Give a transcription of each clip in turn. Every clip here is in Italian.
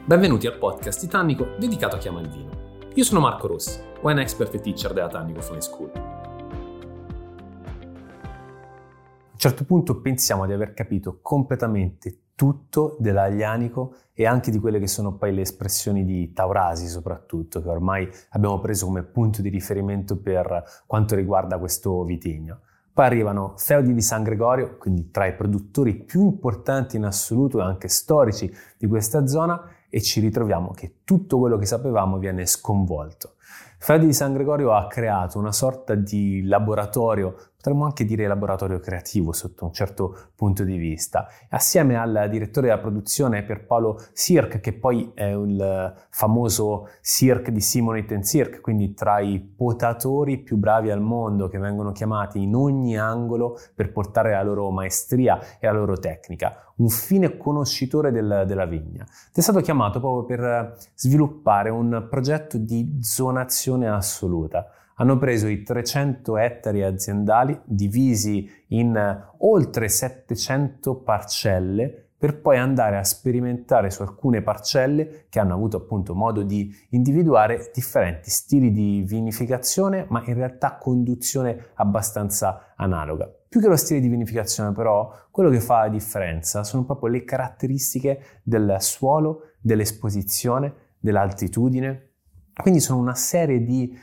Benvenuti al podcast di Tannico dedicato a chi ama il vino. Io sono Marco Rossi, wine expert e teacher della Tannico Fine School. A un certo punto pensiamo di aver capito completamente tutto dell'aglianico e anche di quelle che sono poi le espressioni di Taurasi soprattutto, che ormai abbiamo preso come punto di riferimento per quanto riguarda questo vitigno. Poi arrivano Feudi di San Gregorio, quindi tra i produttori più importanti in assoluto e anche storici di questa zona, e ci ritroviamo che tutto quello che sapevamo viene sconvolto. Feudi di San Gregorio ha creato una sorta di laboratorio, potremmo anche dire laboratorio creativo sotto un certo punto di vista, assieme al direttore della produzione Pierpaolo Sirk, che poi è il famoso Sirk di Simonet & Sirk, quindi tra i potatori più bravi al mondo che vengono chiamati in ogni angolo per portare la loro maestria e la loro tecnica, un fine conoscitore della vigna. Ed è stato chiamato proprio per sviluppare un progetto di zonazione assoluta. Hanno preso i 300 ettari aziendali divisi in oltre 700 parcelle per poi andare a sperimentare su alcune parcelle che hanno avuto appunto modo di individuare differenti stili di vinificazione, ma in realtà conduzione abbastanza analoga. Più che lo stile di vinificazione però, quello che fa la differenza sono proprio le caratteristiche del suolo, dell'esposizione, dell'altitudine. Quindi sono una serie di,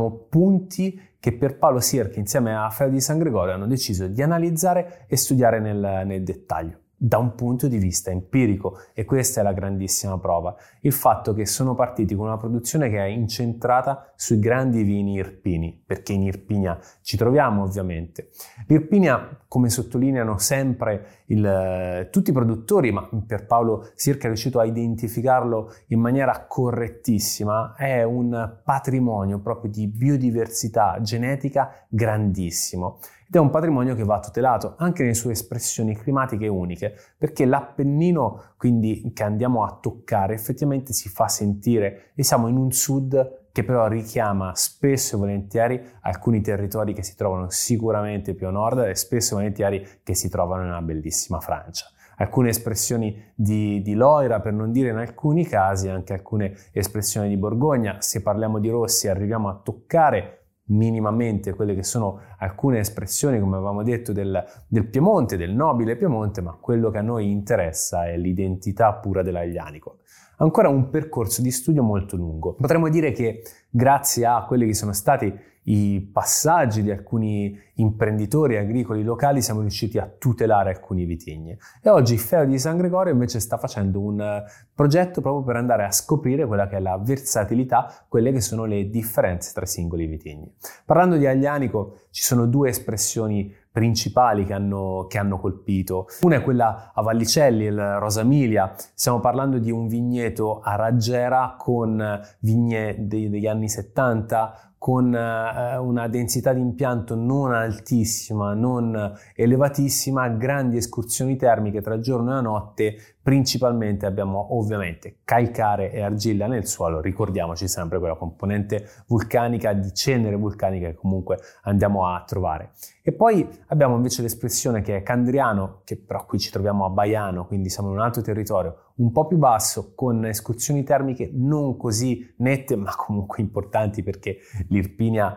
punti che Pierpaolo Sirk insieme a Feudi di San Gregorio hanno deciso di analizzare e studiare nel dettaglio, da un punto di vista empirico, e questa è la grandissima prova, il fatto che sono partiti con una produzione che è incentrata sui grandi vini irpini, perché in Irpinia ci troviamo ovviamente. L'Irpinia, come sottolineano sempre tutti i produttori, ma Pierpaolo Sirk è riuscito a identificarlo in maniera correttissima, è un patrimonio proprio di biodiversità genetica grandissimo. Ed è un patrimonio che va tutelato anche nelle sue espressioni climatiche uniche, perché l'Appennino, quindi, che andiamo a toccare, effettivamente si fa sentire, e siamo in un sud che però richiama spesso e volentieri alcuni territori che si trovano sicuramente più a nord e spesso e volentieri che si trovano nella bellissima Francia. Alcune espressioni di Loira, per non dire in alcuni casi anche alcune espressioni di Borgogna. Se parliamo di rossi arriviamo a toccare minimamente quelle che sono alcune espressioni, come avevamo detto, del Piemonte, del nobile Piemonte, ma quello che a noi interessa è l'identità pura dell'aglianico. Ancora un percorso di studio molto lungo. Potremmo dire che grazie a quelli che sono stati i passaggi di alcuni imprenditori agricoli locali siamo riusciti a tutelare alcuni vitigni, e oggi Feudi di San Gregorio invece sta facendo un progetto proprio per andare a scoprire quella che è la versatilità, quelle che sono le differenze tra i singoli vitigni. Parlando di aglianico, ci sono due espressioni principali che hanno colpito. Una è quella a Vallicelli, il Rosamilia. Stiamo parlando di un vigneto a raggiera con vigne degli anni 70, con una densità di impianto non altissima, non elevatissima, grandi escursioni termiche tra il giorno e la notte. Principalmente abbiamo ovviamente calcare e argilla nel suolo, ricordiamoci sempre quella componente vulcanica, di cenere vulcanica che comunque andiamo a trovare. E poi abbiamo invece l'espressione che è Candriano, che però qui ci troviamo a Baiano, quindi siamo in un altro territorio un po' più basso, con escursioni termiche non così nette, ma comunque importanti, perché l'Irpinia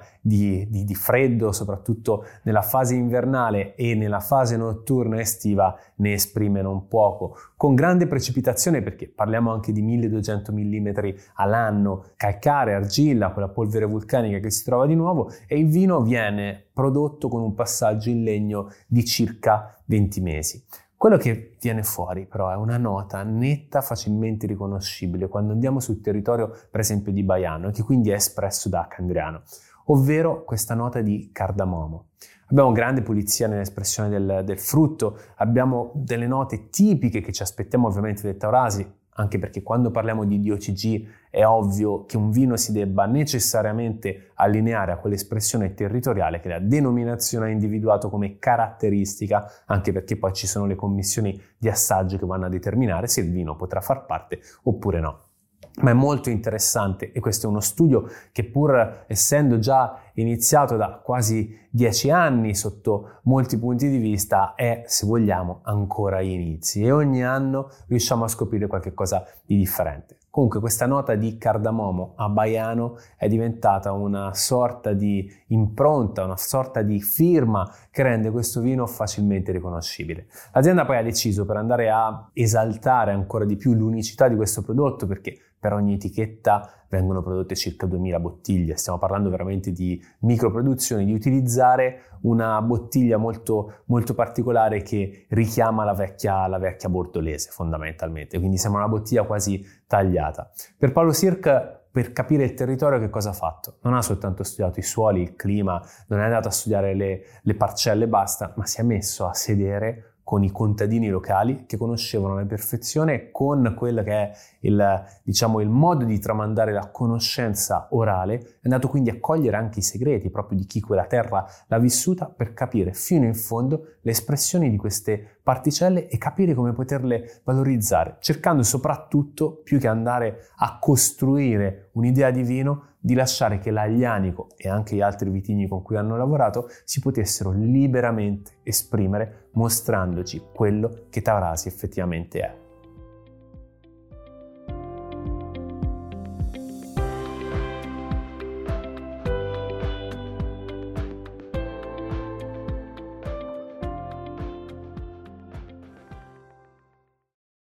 di freddo, soprattutto nella fase invernale e nella fase notturna estiva, ne esprime non poco, con grande precipitazione, perché parliamo anche di 1200 mm all'anno, calcare, argilla, quella polvere vulcanica che si trova di nuovo, e il vino viene prodotto con un passaggio in legno di circa 20 mesi. Quello che viene fuori però è una nota netta, facilmente riconoscibile quando andiamo sul territorio per esempio di Baiano, e che quindi è espresso da Candriano, ovvero questa nota di cardamomo. Abbiamo grande pulizia nell'espressione del frutto, abbiamo delle note tipiche che ci aspettiamo ovviamente dai Taurasi, anche perché quando parliamo di DOCG è ovvio che un vino si debba necessariamente allineare a quell'espressione territoriale che la denominazione ha individuato come caratteristica, anche perché poi ci sono le commissioni di assaggio che vanno a determinare se il vino potrà far parte oppure no. Ma è molto interessante, e questo è uno studio che, pur essendo già iniziato da quasi 10 anni sotto molti punti di vista, è, se vogliamo, ancora agli inizi e ogni anno riusciamo a scoprire qualcosa di differente. Comunque questa nota di cardamomo abaiano è diventata una sorta di impronta, una sorta di firma che rende questo vino facilmente riconoscibile. L'azienda poi ha deciso, per andare a esaltare ancora di più l'unicità di questo prodotto, perché per ogni etichetta vengono prodotte circa 2000 bottiglie, stiamo parlando veramente di microproduzioni, di utilizzare una bottiglia molto, molto particolare che richiama la vecchia bordolese fondamentalmente, quindi sembra una bottiglia quasi tagliata. Per Paolo Sirk, per capire il territorio, che cosa ha fatto? Non ha soltanto studiato i suoli, il clima, non è andato a studiare le parcelle e basta, ma si è messo a sedere con i contadini locali che conoscevano alla perfezione, con quello che è il modo di tramandare la conoscenza orale, è andato quindi a cogliere anche i segreti proprio di chi quella terra l'ha vissuta per capire fino in fondo le espressioni di queste particelle e capire come poterle valorizzare, cercando soprattutto, più che andare a costruire un'idea di vino, di lasciare che l'Aglianico e anche gli altri vitigni con cui hanno lavorato si potessero liberamente esprimere, mostrandoci quello che Taurasi effettivamente è.